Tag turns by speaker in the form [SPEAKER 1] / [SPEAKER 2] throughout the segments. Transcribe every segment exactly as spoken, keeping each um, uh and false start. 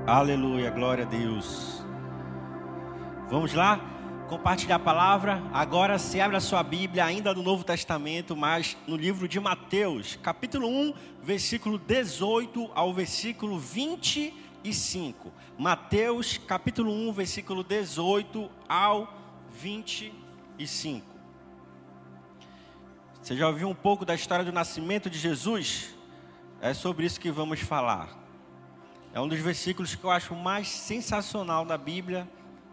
[SPEAKER 1] Aleluia, glória a Deus. Vamos lá compartilhar a palavra. Agora se abre a sua Bíblia, ainda do Novo Testamento, mas no livro de Mateus, capítulo um, versículo dezoito ao versículo vinte e cinco. Mateus, capítulo um, versículo dezoito ao vinte e cinco. Você já ouviu um pouco da história do nascimento de Jesus? É sobre isso que vamos falar. É um dos versículos que eu acho mais sensacional da Bíblia.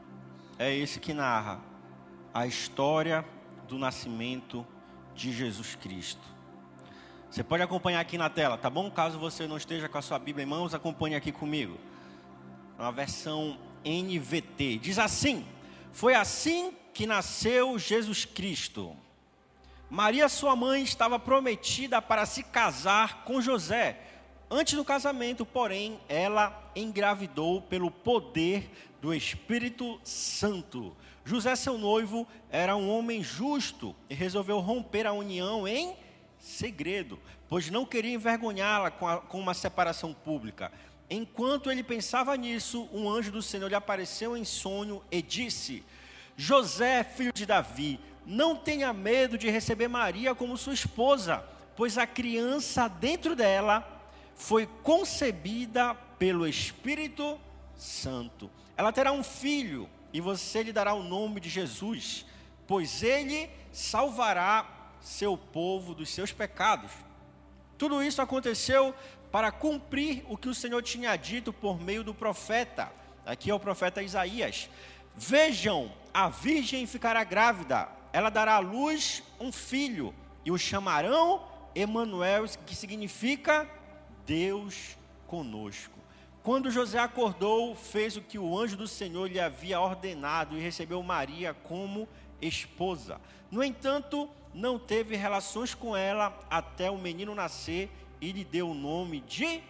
[SPEAKER 1] É esse que narra a história do nascimento de Jesus Cristo. Você pode acompanhar aqui na tela, tá bom? Caso você não esteja com a sua Bíblia em mãos, acompanhe aqui comigo. Uma versão N V T. Diz assim: foi assim que nasceu Jesus Cristo. Maria, sua mãe, estava prometida para se casar com José. Antes do casamento, porém, ela engravidou pelo poder do Espírito Santo. José, seu noivo, era um homem justo e resolveu romper a união em segredo, pois não queria envergonhá-la com, a, com uma separação pública. Enquanto ele pensava nisso, um anjo do Senhor lhe apareceu em sonho e disse: José, filho de Davi, não tenha medo de receber Maria como sua esposa, pois a criança dentro dela foi concebida pelo Espírito Santo. Ela terá um filho e você lhe dará o nome de Jesus, pois ele salvará seu povo dos seus pecados. Tudo isso aconteceu para cumprir o que o Senhor tinha dito por meio do profeta. Aqui é o profeta Isaías: vejam, a virgem ficará grávida, ela dará à luz um filho e o chamarão Emanuel, que significa Deus conosco. Quando José acordou, fez o que o anjo do Senhor lhe havia ordenado e recebeu Maria como esposa. No entanto, não teve relações com ela até o menino nascer e lhe deu o nome de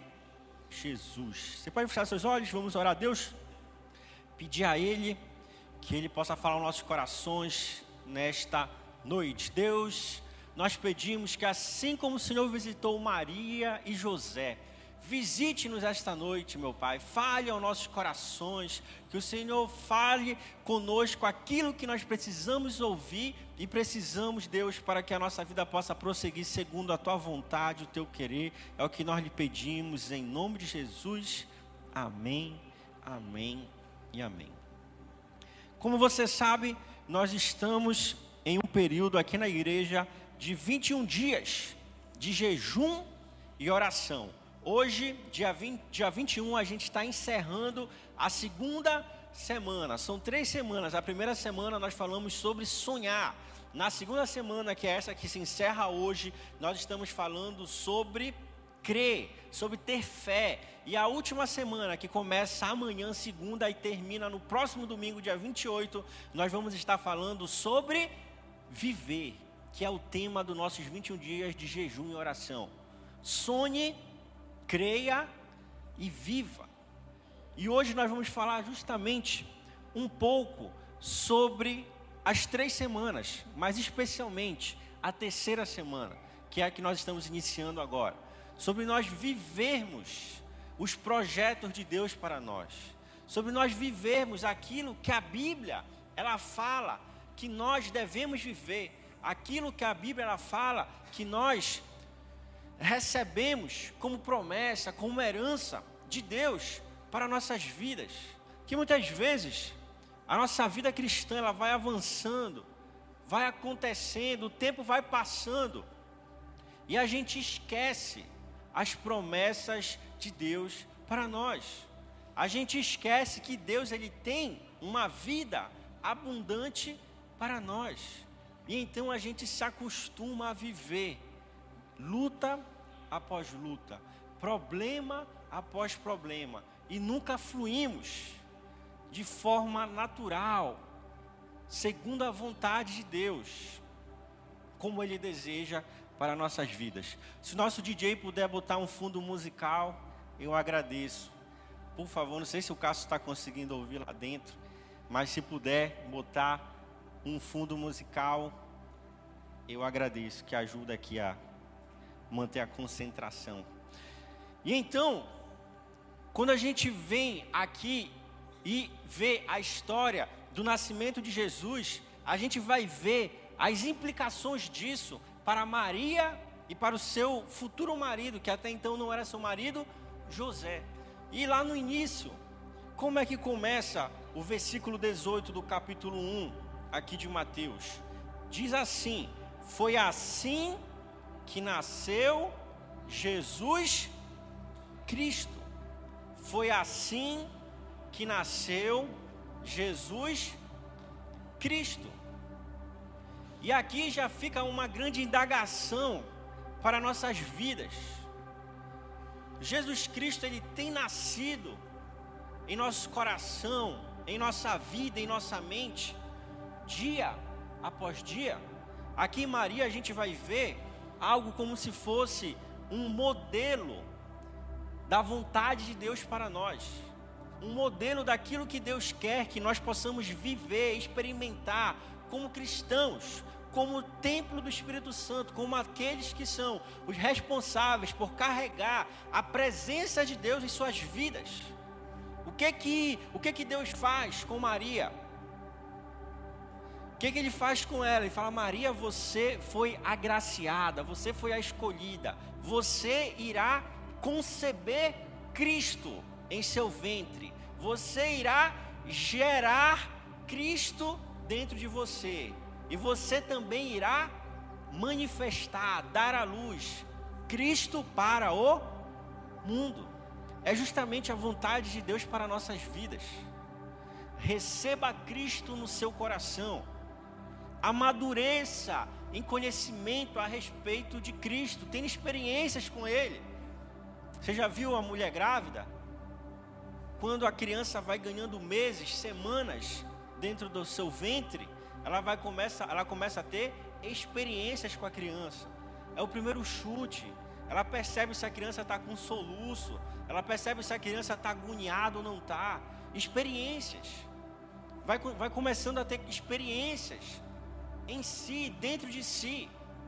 [SPEAKER 1] Jesus. Você pode fechar seus olhos, vamos orar a Deus, pedir a Ele que Ele possa falar aos nossos corações nesta noite. Deus, nós pedimos que assim como o Senhor visitou Maria e José, visite-nos esta noite, meu Pai. Fale aos nossos corações, que o Senhor fale conosco aquilo que nós precisamos ouvir e precisamos, Deus, para que a nossa vida possa prosseguir segundo a Tua vontade, o Teu querer. É o que nós lhe pedimos, em nome de Jesus. Amém, amém e amém. Como você sabe, nós estamos em um período aqui na igreja de vinte e um dias de jejum e oração. Hoje, dia vinte, dia vinte e um, a gente está encerrando a segunda semana. São três semanas. A primeira semana nós falamos sobre sonhar. Na segunda semana, que é essa que se encerra hoje, nós estamos falando sobre crer, sobre ter fé. E a última semana, que começa amanhã, segunda, e termina no próximo domingo, dia vinte e oito, nós vamos estar falando sobre viver, que é o tema dos nossos vinte e um dias de jejum e oração. Sonhe, creia e viva. E hoje nós vamos falar justamente um pouco sobre as três semanas, mas especialmente a terceira semana, que é a que nós estamos iniciando agora. Sobre nós vivermos os projetos de Deus para nós. Sobre nós vivermos aquilo que a Bíblia, ela fala que nós devemos viver. Aquilo que a Bíblia ela fala que nós recebemos como promessa, como herança de Deus para nossas vidas. Que muitas vezes a nossa vida cristã ela vai avançando, vai acontecendo, o tempo vai passando e a gente esquece as promessas de Deus para nós. A gente esquece que Deus ele tem uma vida abundante para nós. E então a gente se acostuma a viver luta após luta, problema após problema, e nunca fluímos de forma natural, segundo a vontade de Deus, como Ele deseja para nossas vidas. Se o nosso D J puder botar um fundo musical, eu agradeço. Por favor, não sei se o Cássio está conseguindo ouvir lá dentro, mas se puder botar um fundo musical, eu agradeço, que ajuda aqui a manter a concentração. E então, Quando a gente vem aqui e vê a história do nascimento de Jesus, a gente vai ver as implicações disso para Maria e para o seu futuro marido, que até então não era seu marido, José. E lá no início, como é que começa o versículo dezoito do capítulo um aqui de Mateus? Diz assim: foi assim que nasceu Jesus Cristo. Foi assim que nasceu Jesus Cristo. E aqui já fica uma grande indagação para nossas vidas. Jesus Cristo, ele tem nascido em nosso coração, em nossa vida, em nossa mente, dia após dia. Aqui em Maria a gente vai ver algo como se fosse um modelo da vontade de Deus para nós. Um modelo daquilo que Deus quer que nós possamos viver, experimentar como cristãos, como templo do Espírito Santo, como aqueles que são os responsáveis por carregar a presença de Deus em suas vidas. O que que, o que que Deus faz com Maria? O que que Ele faz com ela? Ele fala: Maria, você foi agraciada, você foi a escolhida, você irá conceber Cristo em seu ventre, você irá gerar Cristo dentro de você, e você também irá manifestar, dar à luz Cristo para o mundo. É justamente a vontade de Deus para nossas vidas. Receba Cristo no seu coração, amadureça em conhecimento a respeito de Cristo, tenha experiências com Ele. Você já viu a mulher grávida? Quando a criança vai ganhando meses, semanas dentro do seu ventre, ela, vai começa, ela começa a ter experiências com a criança. É o primeiro chute. Ela percebe se a criança está com soluço. Ela percebe se a criança está agoniada ou não está. Experiências. Vai, vai começando a ter experiências em si, dentro de si.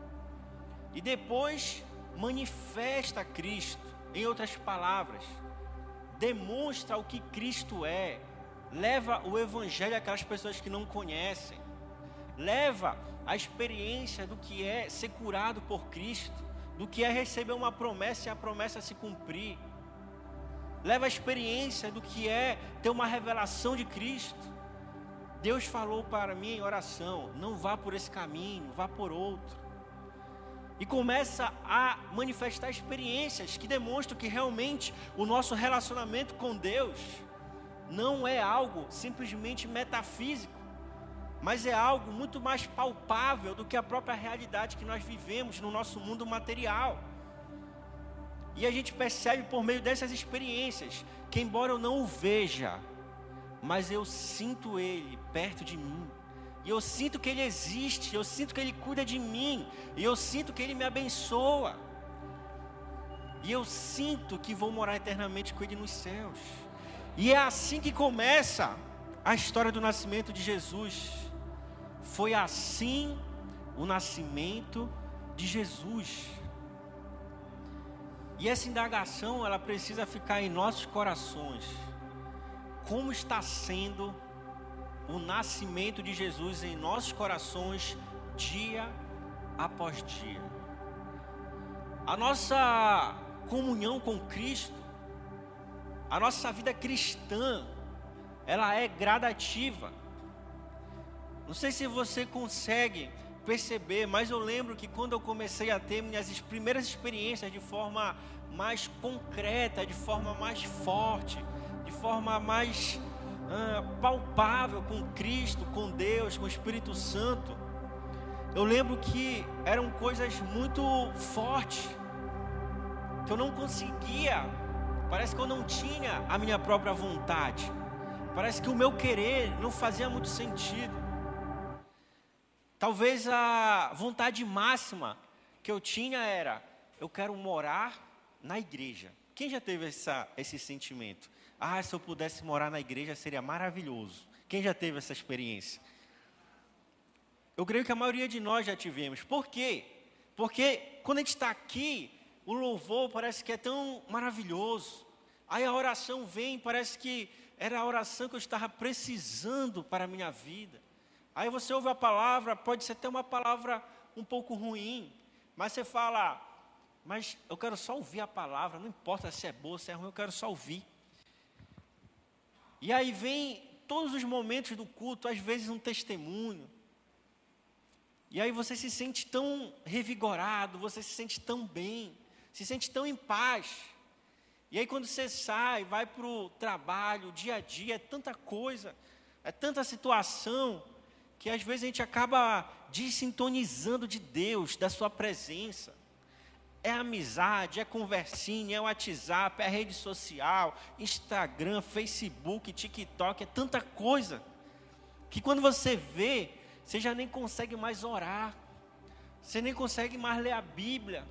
[SPEAKER 1] E depois manifesta Cristo. Em outras palavras, demonstra o que Cristo é. Leva o Evangelho àquelas pessoas que não conhecem. Leva a experiência do que é ser curado por Cristo, do que é receber uma promessa e a promessa se cumprir. Leva a experiência do que é ter uma revelação de Cristo. Deus falou para mim em oração: não vá por esse caminho, vá por outro. E começa a manifestar experiências que demonstram que realmente o nosso relacionamento com Deus não é algo simplesmente metafísico, mas é algo muito mais palpável do que a própria realidade que nós vivemos no nosso mundo material. E a gente percebe por meio dessas experiências que, embora eu não o veja, mas eu sinto Ele perto de mim. E eu sinto que Ele existe, eu sinto que Ele cuida de mim, e eu sinto que Ele me abençoa. E eu sinto que vou morar eternamente com Ele nos céus. E é assim que começa a história do nascimento de Jesus. Foi assim o nascimento de Jesus. E essa indagação, ela precisa ficar em nossos corações. Como está sendo o nascimento de Jesus em nossos corações, dia após dia? A nossa comunhão com Cristo, a nossa vida cristã, ela é gradativa. Não sei se você consegue perceber, mas eu lembro que quando eu comecei a ter minhas primeiras experiências de forma mais concreta, de forma mais forte, de forma mais uh, palpável com Cristo, com Deus, com o Espírito Santo, eu lembro que eram coisas muito fortes, que eu não conseguia, parece que eu não tinha a minha própria vontade, parece que o meu querer não fazia muito sentido. Talvez a vontade máxima que eu tinha era: eu quero morar na igreja. Quem já teve essa, esse sentimento? Ah, se eu pudesse morar na igreja seria maravilhoso. Quem já teve essa experiência? Eu creio que a maioria de nós já tivemos. Por quê? Porque quando a gente está aqui, o louvor parece que é tão maravilhoso. Aí a oração vem, parece que era a oração que eu estava precisando para a minha vida. Aí você ouve a palavra, pode ser até uma palavra um pouco ruim, mas você fala, mas eu quero só ouvir a palavra, não importa se é boa, se é ruim, eu quero só ouvir. E aí vem todos os momentos do culto, às vezes um testemunho. E aí você se sente tão revigorado, você se sente tão bem, se sente tão em paz. E aí quando você sai, vai para o trabalho, o dia a dia, é tanta coisa, é tanta situação, que às vezes a gente acaba desintonizando de Deus, da sua presença. É amizade, é conversinha, é WhatsApp, é rede social, Instagram, Facebook, TikTok, é tanta coisa, que quando você vê, você já nem consegue mais orar, você nem consegue mais ler a Bíblia,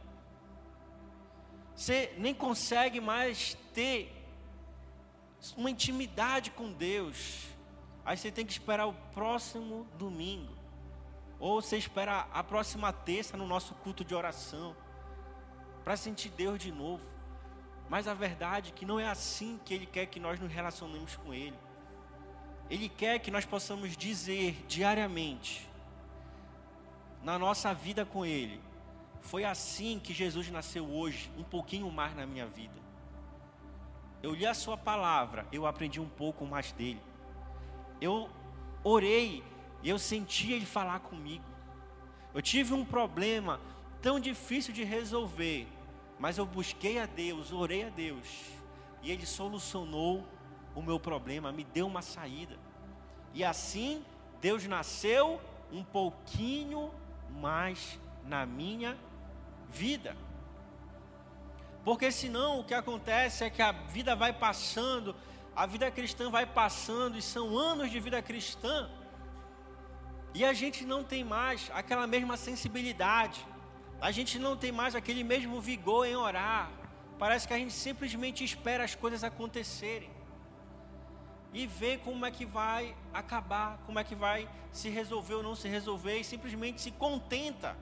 [SPEAKER 1] você nem consegue mais ter uma intimidade com Deus. Aí você tem que esperar o próximo domingo, ou você espera a próxima terça no nosso culto de oração, para sentir Deus de novo. Mas a verdade é que não é assim que Ele quer que nós nos relacionemos com Ele. Ele quer que nós possamos dizer diariamente, na nossa vida com Ele, foi assim que Jesus nasceu hoje, um pouquinho mais na minha vida. Eu li a sua palavra, eu aprendi um pouco mais dele. Eu orei e eu senti Ele falar comigo. Eu tive um problema tão difícil de resolver, mas eu busquei a Deus, orei a Deus, e Ele solucionou o meu problema, me deu uma saída. E assim, Deus nasceu um pouquinho mais na minha vida. Porque senão o que acontece é que a vida vai passando, a vida cristã vai passando, e são anos de vida cristã, e a gente não tem mais aquela mesma sensibilidade, a gente não tem mais aquele mesmo vigor em orar. Parece que a gente simplesmente espera as coisas acontecerem e vê como é que vai acabar, como é que vai se resolver ou não se resolver, e simplesmente se contenta,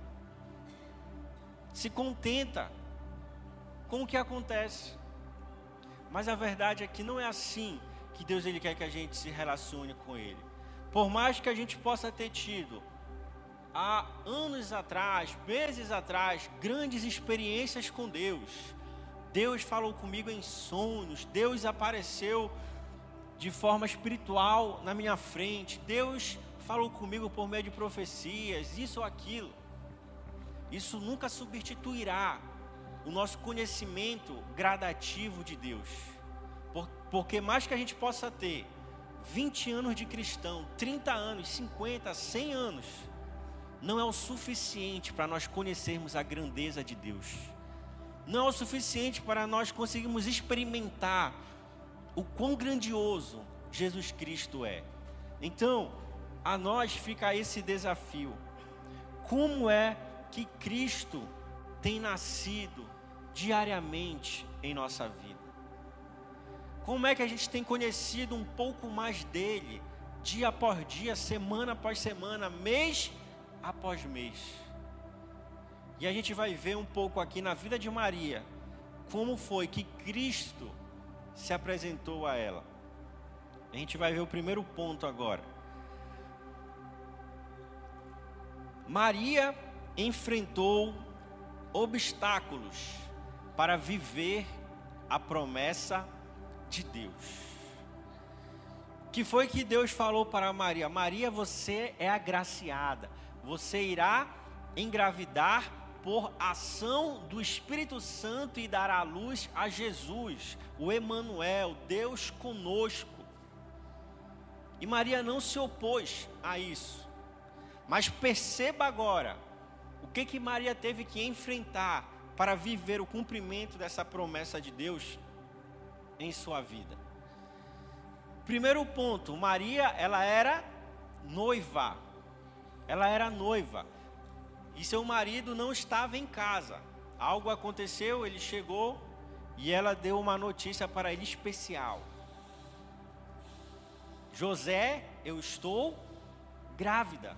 [SPEAKER 1] se contenta com o que acontece. Mas a verdade é que não é assim que Deus ele quer que a gente se relacione com Ele. Por mais que a gente possa ter tido há anos atrás, meses atrás, grandes experiências com Deus, Deus falou comigo em sonhos, Deus apareceu de forma espiritual na minha frente, Deus falou comigo por meio de profecias, isso ou aquilo, isso nunca substituirá o nosso conhecimento gradativo de Deus. Por, porque mais que a gente possa ter vinte anos de cristão, trinta anos, cinquenta, cem anos, não é o suficiente para nós conhecermos a grandeza de Deus. Não é o suficiente para nós conseguirmos experimentar o quão grandioso Jesus Cristo é. Então, a nós fica esse desafio. Como é que Cristo tem nascido diariamente em nossa vida? Como é que a gente tem conhecido um pouco mais dele, dia após dia, semana após semana, mês após mês? E a gente vai ver um pouco aqui na vida de Maria, como foi que Cristo se apresentou a ela. A gente vai ver o primeiro ponto agora. Maria enfrentou obstáculos para viver a promessa de Deus. Que foi que Deus falou para Maria? Maria, você é agraciada, você irá engravidar por ação do Espírito Santo e dará à luz a Jesus, o Emanuel, Deus conosco. E Maria não se opôs a isso. Mas perceba agora o que que Maria teve que enfrentar para viver o cumprimento dessa promessa de Deus em sua vida. Primeiro ponto, Maria, ela era noiva. Ela era noiva. E seu marido não estava em casa. Algo aconteceu, ele chegou e ela deu uma notícia para ele especial. José, eu estou grávida.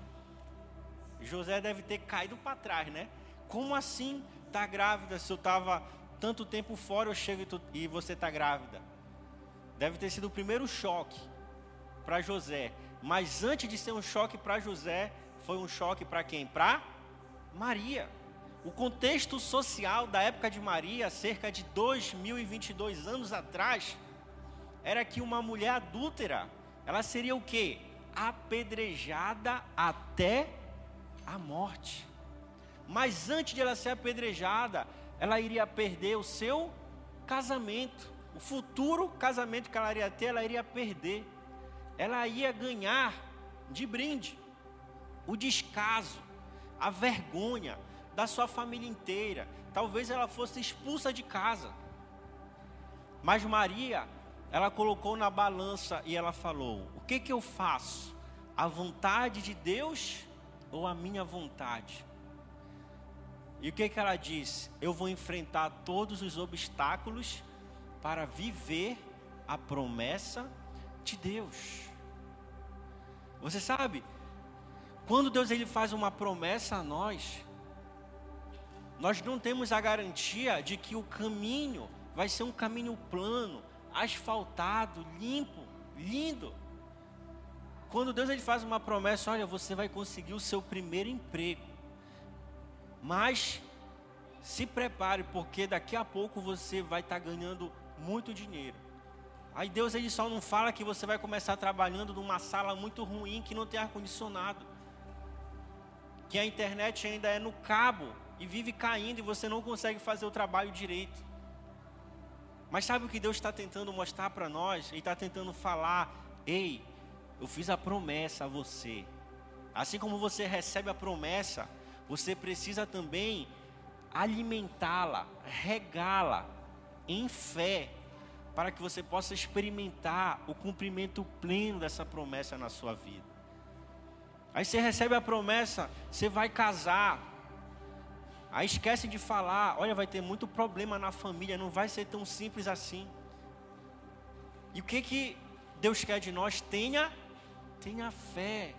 [SPEAKER 1] José deve ter caído para trás, né? Como assim tá grávida se eu estava tanto tempo fora eu chego e, tu, e você está grávida. Deve ter sido o primeiro choque para José. Mas antes de ser um choque para José, foi um choque para quem? Para Maria. O contexto social da época de Maria, cerca de dois mil e vinte e dois anos atrás, era que uma mulher adúltera, ela seria o quê? Apedrejada até a morte. Mas antes de ela ser apedrejada, ela iria perder o seu casamento. O futuro casamento que ela iria ter, ela iria perder. Ela ia ganhar de brinde o descaso, a vergonha da sua família inteira. Talvez ela fosse expulsa de casa. Mas Maria, ela colocou na balança e ela falou: o que que eu faço? A vontade de Deus ou a minha vontade? E o que que ela disse? Eu vou enfrentar todos os obstáculos para viver a promessa de Deus. Você sabe, quando Deus ele faz uma promessa a nós, nós não temos a garantia de que o caminho vai ser um caminho plano, asfaltado, limpo, lindo. Quando Deus ele faz uma promessa, olha, você vai conseguir o seu primeiro emprego. Mas se prepare, porque daqui a pouco você vai estar ganhando muito dinheiro. Aí Deus ele só não fala que você vai começar trabalhando numa sala muito ruim, que não tem ar-condicionado, que a internet ainda é no cabo e vive caindo e você não consegue fazer o trabalho direito. Mas sabe o que Deus está tentando mostrar para nós? Ele está tentando falar: ei, eu fiz a promessa a você. Assim como você recebe a promessa, você precisa também alimentá-la, regá-la em fé, para que você possa experimentar o cumprimento pleno dessa promessa na sua vida. Aí você recebe a promessa, você vai casar. Aí esquece de falar: olha, vai ter muito problema na família, não vai ser tão simples assim. E o que que Deus quer de nós? Tenha, tenha fé.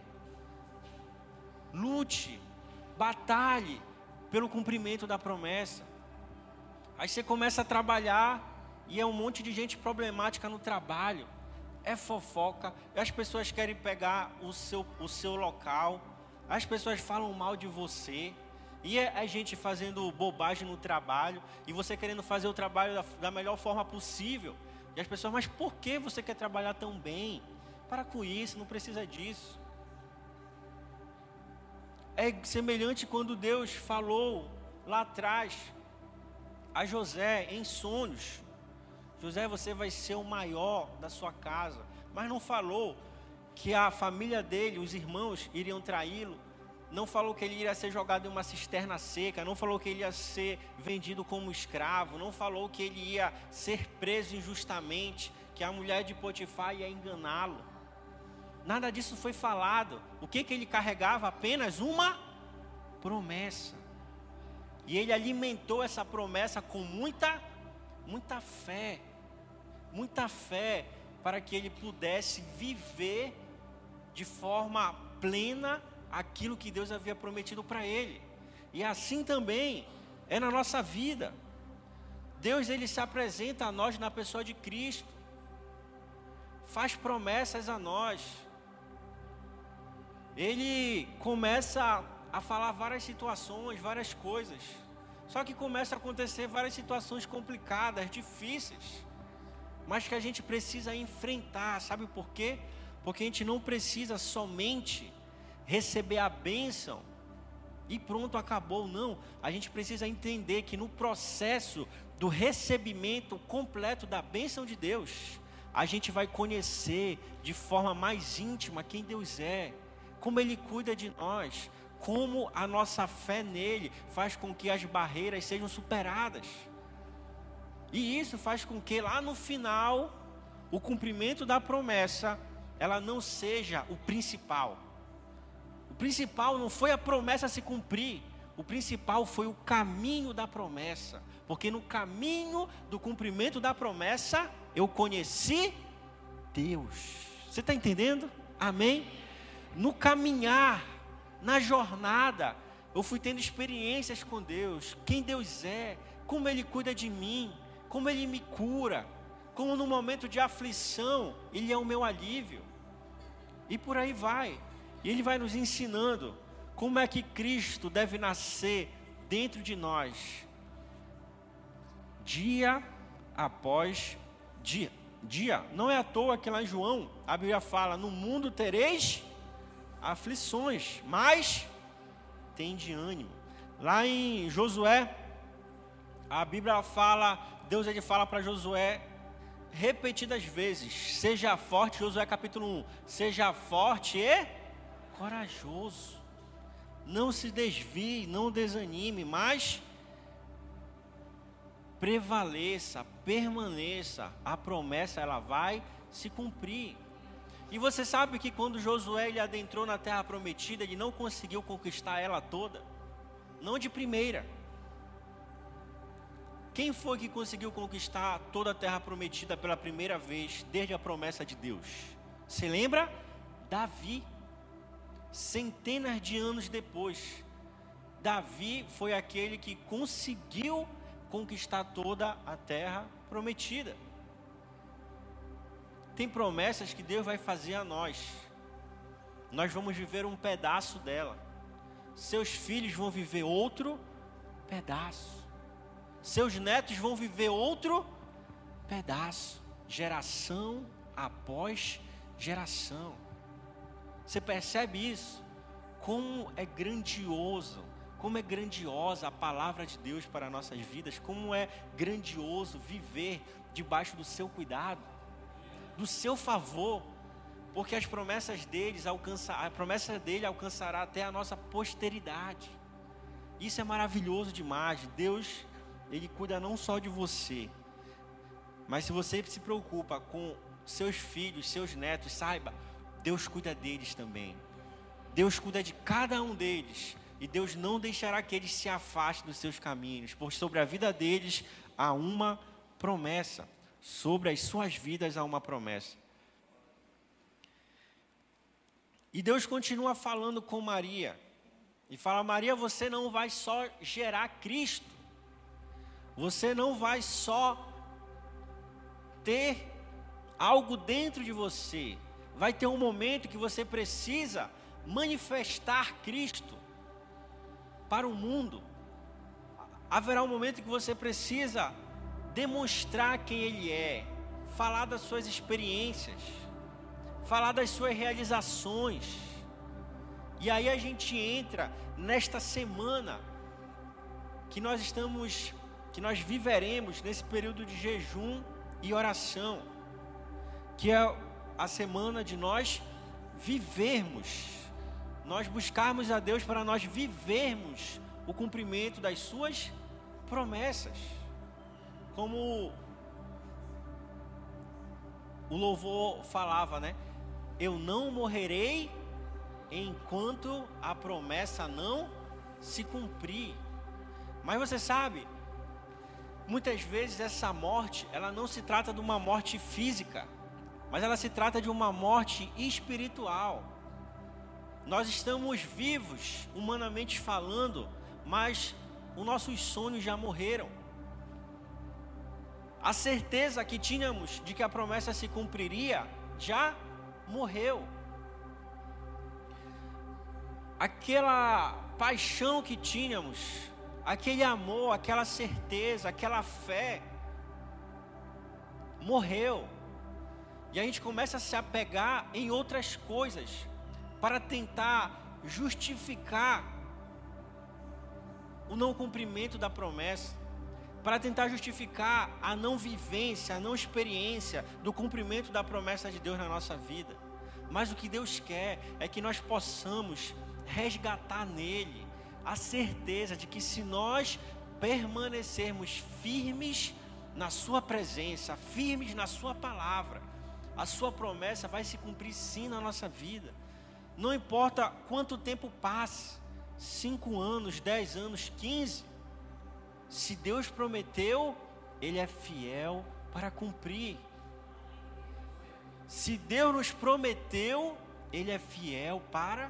[SPEAKER 1] Lute, batalhe pelo cumprimento da promessa. Aí você começa a trabalhar e é um monte de gente problemática no trabalho. É fofoca, as pessoas querem pegar o seu, o seu local, as pessoas falam mal de você. E é a gente fazendo bobagem no trabalho, e você querendo fazer o trabalho da, da melhor forma possível. E as pessoas: mas por que você quer trabalhar tão bem? Para com isso, não precisa disso. É semelhante quando Deus falou lá atrás a José em sonhos: José, você vai ser o maior da sua casa. Mas não falou que a família dele, os irmãos, iriam traí-lo. Não falou que ele iria ser jogado em uma cisterna seca. Não falou que ele ia ser vendido como escravo. Não falou que ele ia ser preso injustamente, que a mulher de Potifar ia enganá-lo. Nada disso foi falado. O que que ele carregava? Apenas uma promessa. E ele alimentou essa promessa com muita, muita fé. Muita fé para que ele pudesse viver de forma plena aquilo que Deus havia prometido para ele. E assim também é na nossa vida. Deus ele se apresenta a nós na pessoa de Cristo, faz promessas a nós. Ele começa a falar várias situações, várias coisas. Só que começa a acontecer várias situações complicadas, difíceis, mas que a gente precisa enfrentar. Sabe por quê? Porque a gente não precisa somente receber a bênção e pronto, acabou. Não, a gente precisa entender que no processo do recebimento completo da bênção de Deus, a gente vai conhecer de forma mais íntima quem Deus é, como Ele cuida de nós, como a nossa fé nele faz com que as barreiras sejam superadas. E isso faz com que lá no final, o cumprimento da promessa, ela não seja o principal. O principal não foi a promessa se cumprir, o principal foi o caminho da promessa. Porque no caminho do cumprimento da promessa, eu conheci Deus. Você está entendendo? Amém? No caminhar, na jornada, eu fui tendo experiências com Deus, quem Deus é, como Ele cuida de mim, como Ele me cura, como no momento de aflição, Ele é o meu alívio. E por aí vai. E Ele vai nos ensinando como é que Cristo deve nascer dentro de nós, dia após dia. Dia, não é à toa que lá em João, a Bíblia fala, no mundo tereis aflições, mas tende ânimo. Lá em Josué, a Bíblia fala, Deus ele fala para Josué repetidas vezes, seja forte, Josué capítulo um, seja forte e corajoso, não se desvie, não desanime, mas prevaleça, permaneça, a promessa ela vai se cumprir. E você sabe que quando Josué ele adentrou na terra prometida, ele não conseguiu conquistar ela toda, não de primeira. Quem foi que conseguiu conquistar toda a terra prometida pela primeira vez, desde a promessa de Deus? Se lembra? Davi. Centenas de anos depois, Davi foi aquele que conseguiu conquistar toda a terra prometida. Tem promessas que Deus vai fazer a nós. Nós vamos viver um pedaço dela. Seus filhos vão viver outro pedaço. Seus netos vão viver outro pedaço. Geração após geração. Você percebe isso? Como é grandioso, como é grandiosa a palavra de Deus para nossas vidas, como é grandioso viver debaixo do seu cuidado, do seu favor, porque as promessas deles alcança, a promessa dele alcançará até a nossa posteridade. Isso é maravilhoso demais. Deus, ele cuida não só de você, mas se você se preocupa com seus filhos, seus netos, saiba, Deus cuida deles também. Deus cuida de cada um deles. E Deus não deixará que eles se afastem dos seus caminhos. Porque sobre a vida deles há uma promessa. Sobre as suas vidas há uma promessa. E Deus continua falando com Maria. E fala, Maria, você não vai só gerar Cristo. Você não vai só ter algo dentro de você. Vai ter um momento que você precisa manifestar Cristo para o mundo. Haverá um momento que você precisa demonstrar quem Ele é, falar das suas experiências, falar das suas realizações. E aí a gente entra nesta semana que nós estamos, que nós viveremos nesse período de jejum e oração, que é a semana de nós vivermos, nós buscarmos a Deus para nós vivermos o cumprimento das suas promessas. Como o louvor falava, né? Eu não morrerei enquanto a promessa não se cumprir. Mas você sabe, muitas vezes essa morte, ela não se trata de uma morte física, mas ela se trata de uma morte espiritual. Nós estamos vivos, humanamente falando, mas os nossos sonhos já morreram. A certeza que tínhamos de que a promessa se cumpriria, já morreu. Aquela paixão que tínhamos, aquele amor, aquela certeza, aquela fé, morreu. E a gente começa a se apegar em outras coisas, para tentar justificar o não cumprimento da promessa, para tentar justificar a não vivência, a não experiência do cumprimento da promessa de Deus na nossa vida. Mas o que Deus quer é que nós possamos resgatar nele a certeza de que se nós permanecermos firmes na sua presença, firmes na sua palavra, a sua promessa vai se cumprir sim na nossa vida. Não importa quanto tempo passe, cinco anos, dez anos, quinze, se Deus prometeu, Ele é fiel para cumprir. Se Deus nos prometeu, Ele é fiel para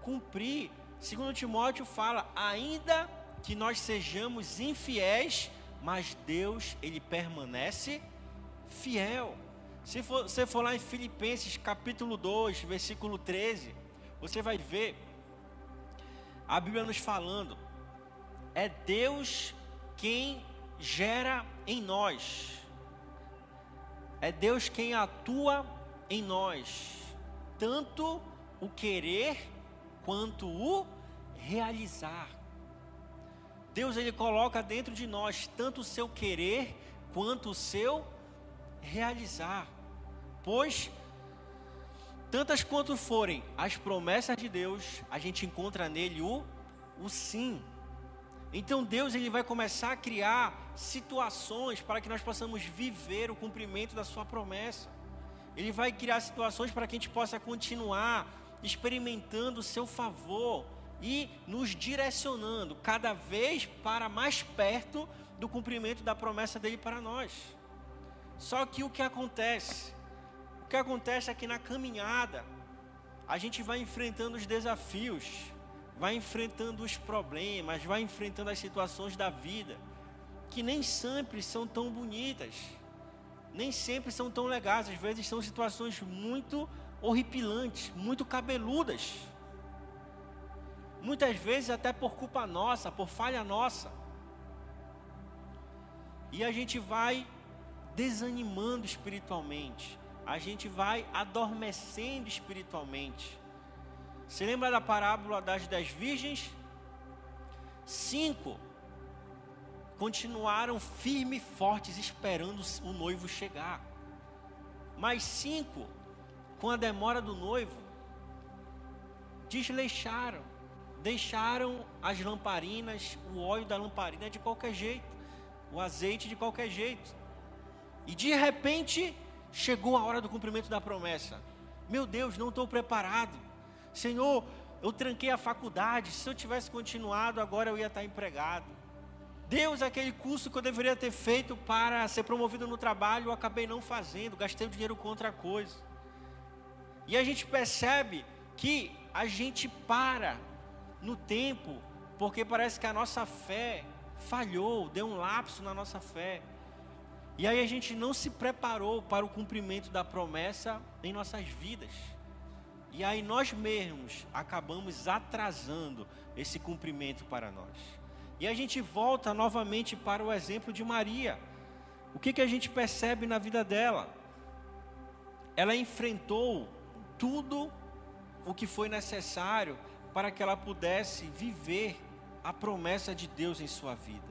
[SPEAKER 1] cumprir. Segundo Timóteo fala, ainda que nós sejamos infiéis mas Deus, ele permanece fiel. Se for, você for lá em Filipenses capítulo dois, versículo treze, você vai ver a Bíblia nos falando, é Deus quem gera em nós, é Deus quem atua em nós, tanto o querer quanto o realizar. Deus, ele coloca dentro de nós tanto o seu querer quanto o seu realizar, pois tantas quanto forem as promessas de Deus, a gente encontra nele o, o sim. Então Deus, ele vai começar a criar situações para que nós possamos viver o cumprimento da sua promessa. Ele vai criar situações para que a gente possa continuar experimentando o seu favor e nos direcionando cada vez para mais perto do cumprimento da promessa dele para nós. Só que o que acontece? O que acontece é que na caminhada a gente vai enfrentando os desafios, vai enfrentando os problemas, vai enfrentando as situações da vida, que nem sempre são tão bonitas, nem sempre são tão legais, às vezes são situações muito horripilantes, muito cabeludas, muitas vezes até por culpa nossa, por falha nossa, e a gente vai desanimando espiritualmente, a gente vai adormecendo espiritualmente. Você lembra da parábola das dez virgens? Cinco continuaram firmes e fortes esperando o noivo chegar, mas cinco, com a demora do noivo, desleixaram, deixaram as lamparinas, o óleo da lamparina de qualquer jeito, o azeite de qualquer jeito, e de repente chegou a hora do cumprimento da promessa. Meu Deus, não estou preparado. Senhor, eu tranquei a faculdade, se eu tivesse continuado, agora eu ia estar empregado. Deus, aquele curso que eu deveria ter feito para ser promovido no trabalho, eu acabei não fazendo, gastei o dinheiro com outra coisa. E a gente percebe que a gente para no tempo, porque parece que a nossa fé falhou, deu um lapso na nossa fé. E aí a gente não se preparou para o cumprimento da promessa em nossas vidas. E aí nós mesmos acabamos atrasando esse cumprimento para nós. E a gente volta novamente para o exemplo de Maria. O que, que a gente percebe na vida dela? Ela enfrentou tudo o que foi necessário para que ela pudesse viver a promessa de Deus em sua vida.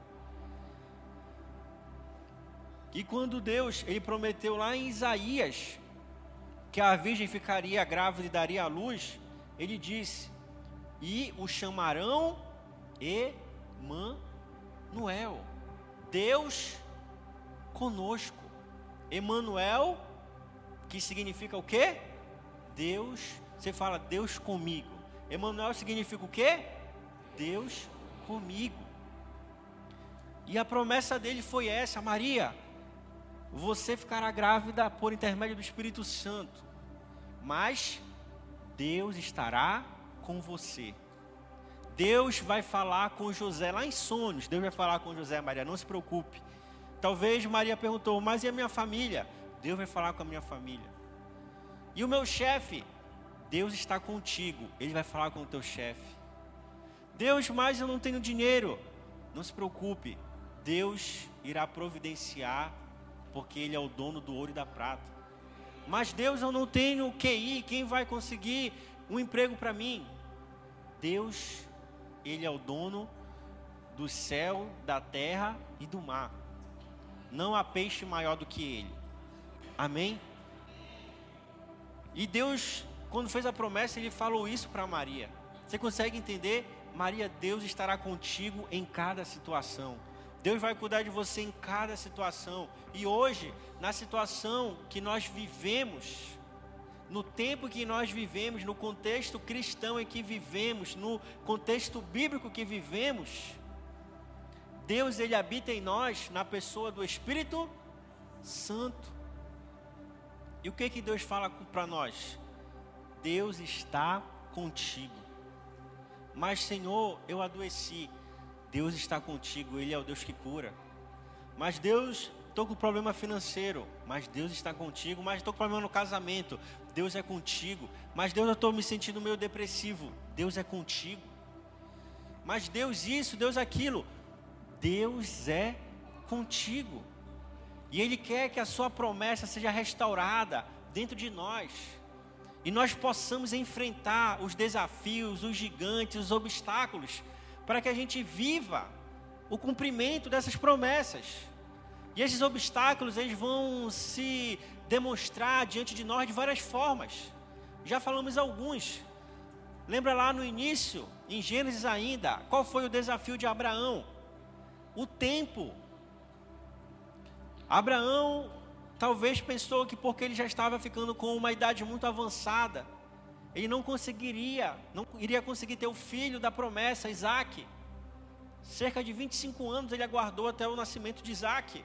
[SPEAKER 1] E quando Deus, ele prometeu lá em Isaías, que a virgem ficaria grávida e daria à luz, ele disse, e o chamarão Emanuel, Deus conosco. Emanuel, que significa o quê? Deus, você fala Deus comigo. Emanuel significa o quê? Deus comigo. E a promessa dele foi essa: Maria, você ficará grávida por intermédio do Espírito Santo, mas Deus estará com você. Deus vai falar com José lá em sonhos. Deus vai falar com José, Maria, não se preocupe. Talvez Maria perguntou, mas e a minha família? Deus vai falar com a minha família. E o meu chefe? Deus está contigo, ele vai falar com o teu chefe. Deus, mas eu não tenho dinheiro. Não se preocupe, Deus irá providenciar, porque ele é o dono do ouro e da prata. Mas Deus, eu não tenho Q I, quem vai conseguir um emprego para mim? Deus, ele é o dono do céu, da terra e do mar. Não há peixe maior do que ele. Amém? E Deus, quando fez a promessa, ele falou isso para Maria. Você consegue entender? Maria, Deus estará contigo em cada situação. Deus vai cuidar de você em cada situação. E hoje, na situação que nós vivemos, no tempo que nós vivemos, no contexto cristão em que vivemos, no contexto bíblico que vivemos, Deus, ele habita em nós, na pessoa do Espírito Santo. E o que que Deus fala para nós? Deus está contigo. Mas, Senhor, eu adoeci. Deus está contigo, ele é o Deus que cura. Mas Deus, estou com problema financeiro, mas Deus está contigo. Mas estou com problema no casamento, Deus é contigo. Mas Deus, eu estou me sentindo meio depressivo, Deus é contigo. Mas Deus isso, Deus aquilo, Deus é contigo. E Ele quer que a sua promessa seja restaurada dentro de nós. E nós possamos enfrentar os desafios, os gigantes, os obstáculos, para que a gente viva o cumprimento dessas promessas. E esses obstáculos, eles vão se demonstrar diante de nós de várias formas. Já falamos alguns. Lembra lá no início, em Gênesis ainda, qual foi o desafio de Abraão? O tempo. Abraão talvez pensou que porque ele já estava ficando com uma idade muito avançada, ele não conseguiria, não iria conseguir ter o filho da promessa, Isaque. Cerca de vinte e cinco anos ele aguardou até o nascimento de Isaque.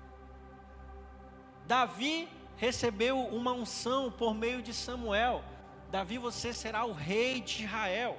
[SPEAKER 1] Davi recebeu uma unção por meio de Samuel. Davi, você será o rei de Israel.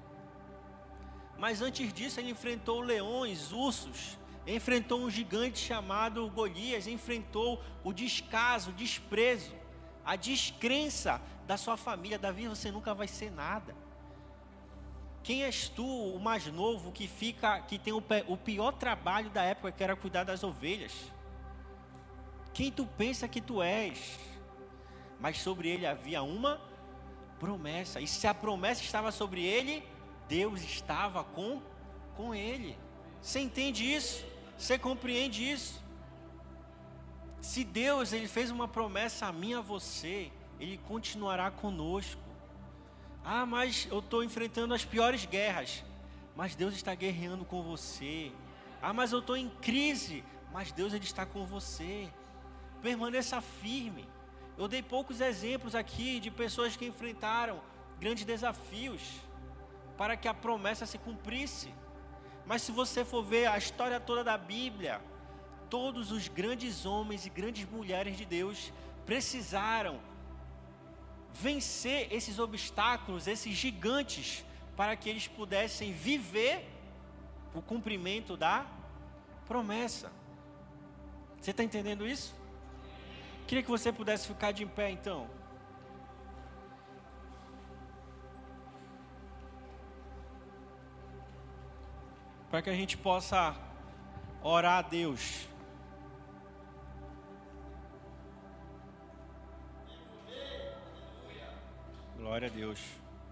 [SPEAKER 1] Mas antes disso ele enfrentou leões, ursos, enfrentou um gigante chamado Golias, enfrentou o descaso, o desprezo, a descrença da sua família. Davi, você nunca vai ser nada. Quem és tu, o mais novo, que fica, que tem o, o pior trabalho da época, que era cuidar das ovelhas? Quem tu pensa que tu és? Mas sobre ele havia uma promessa. E se a promessa estava sobre ele, Deus estava com, com ele. Você entende isso? Você compreende isso? Se Deus, ele fez uma promessa a mim e a você, Ele continuará conosco. Ah, mas eu estou enfrentando as piores guerras. Mas Deus está guerreando com você. Ah, mas eu estou em crise. Mas Deus, Ele está com você. Permaneça firme. Eu dei poucos exemplos aqui de pessoas que enfrentaram grandes desafios para que a promessa se cumprisse. Mas se você for ver a história toda da Bíblia, todos os grandes homens e grandes mulheres de Deus precisaram vencer esses obstáculos, esses gigantes, para que eles pudessem viver o cumprimento da promessa. Você está entendendo isso? Queria que você pudesse ficar de pé então. Para que a gente possa orar a Deus. Glória a Deus.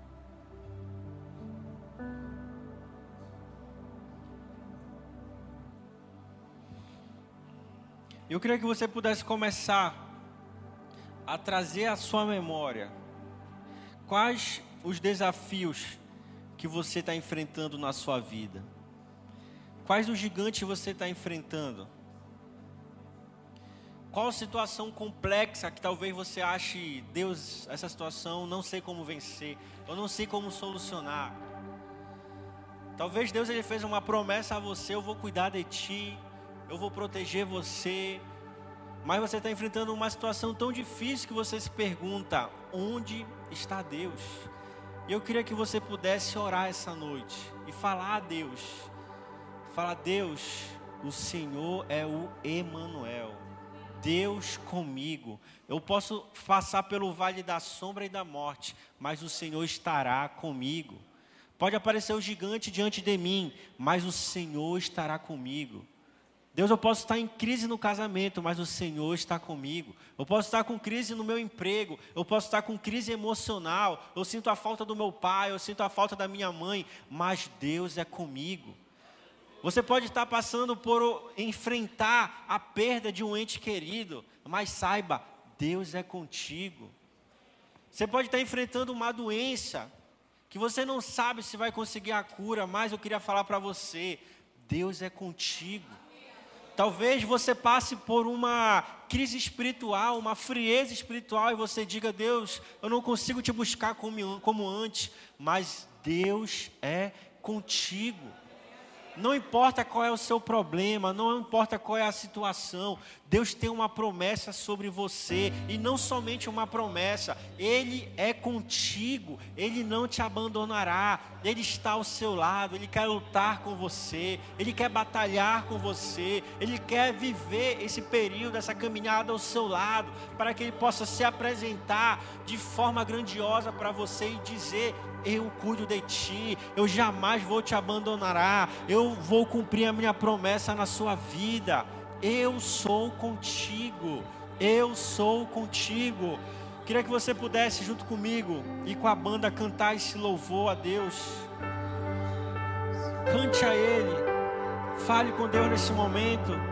[SPEAKER 1] Eu queria que você pudesse começar a trazer à sua memória quais os desafios que você está enfrentando na sua vida. Quais os gigantes você está enfrentando? Qual situação complexa que talvez você ache, Deus, essa situação, não sei como vencer, eu não sei como solucionar. Talvez Deus, Ele fez uma promessa a você, eu vou cuidar de ti, eu vou proteger você. Mas você está enfrentando uma situação tão difícil que você se pergunta, onde está Deus? E eu queria que você pudesse orar essa noite e falar a Deus. Fala, Deus, o Senhor é o Emanuel, Deus comigo. Eu posso passar pelo vale da sombra e da morte, mas o Senhor estará comigo. Pode aparecer o gigante diante de mim, mas o Senhor estará comigo. Deus, eu posso estar em crise no casamento, mas o Senhor está comigo. Eu posso estar com crise no meu emprego, eu posso estar com crise emocional, eu sinto a falta do meu pai, eu sinto a falta da minha mãe, mas Deus é comigo. Você pode estar passando por enfrentar a perda de um ente querido, mas saiba, Deus é contigo. Você pode estar enfrentando uma doença, que você não sabe se vai conseguir a cura, mas eu queria falar para você, Deus é contigo. Talvez você passe por uma crise espiritual, uma frieza espiritual, e você diga, Deus, eu não consigo te buscar como, como antes, mas Deus é contigo. Não importa qual é o seu problema, não importa qual é a situação, Deus tem uma promessa sobre você, e não somente uma promessa, Ele é contigo, Ele não te abandonará, Ele está ao seu lado, Ele quer lutar com você, Ele quer batalhar com você, Ele quer viver esse período, essa caminhada ao seu lado, para que Ele possa se apresentar de forma grandiosa para você e dizer: eu cuido de ti, eu jamais vou te abandonar, eu vou cumprir a minha promessa na sua vida, eu sou contigo, eu sou contigo. Queria que você pudesse junto comigo e com a banda cantar esse louvor a Deus. Cante a Ele, fale com Deus nesse momento.